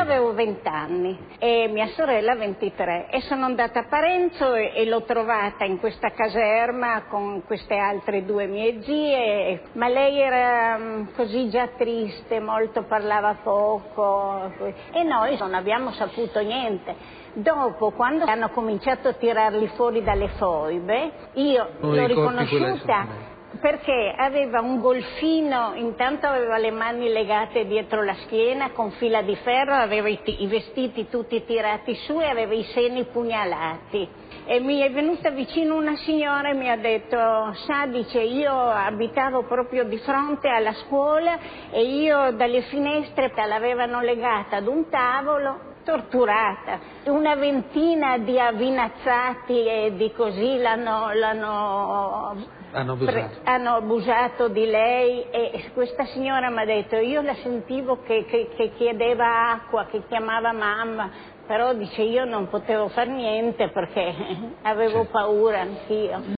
avevo 20 anni e mia sorella 23 e sono andata a Parenzo e l'ho trovata in questa caserma con queste altre due mie zie, ma lei era così già triste, molto parlava poco e noi non abbiamo saputo niente. Dopo, quando hanno cominciato a tirarli fuori dalle foibe, io l'ho riconosciuta perché aveva un golfino, intanto aveva le mani legate dietro la schiena con fila di ferro, aveva i vestiti tutti tirati su e aveva i seni pugnalati. E mi è venuta vicino una signora e mi ha detto, sa, dice, io abitavo proprio di fronte alla scuola e io dalle finestre l'avevano legata ad un tavolo, torturata. Una ventina di avvinazzati e di così hanno abusato di lei e questa signora mi ha detto, io la sentivo che chiedeva acqua, che chiamava mamma, però dice io non potevo far niente perché avevo paura anch'io.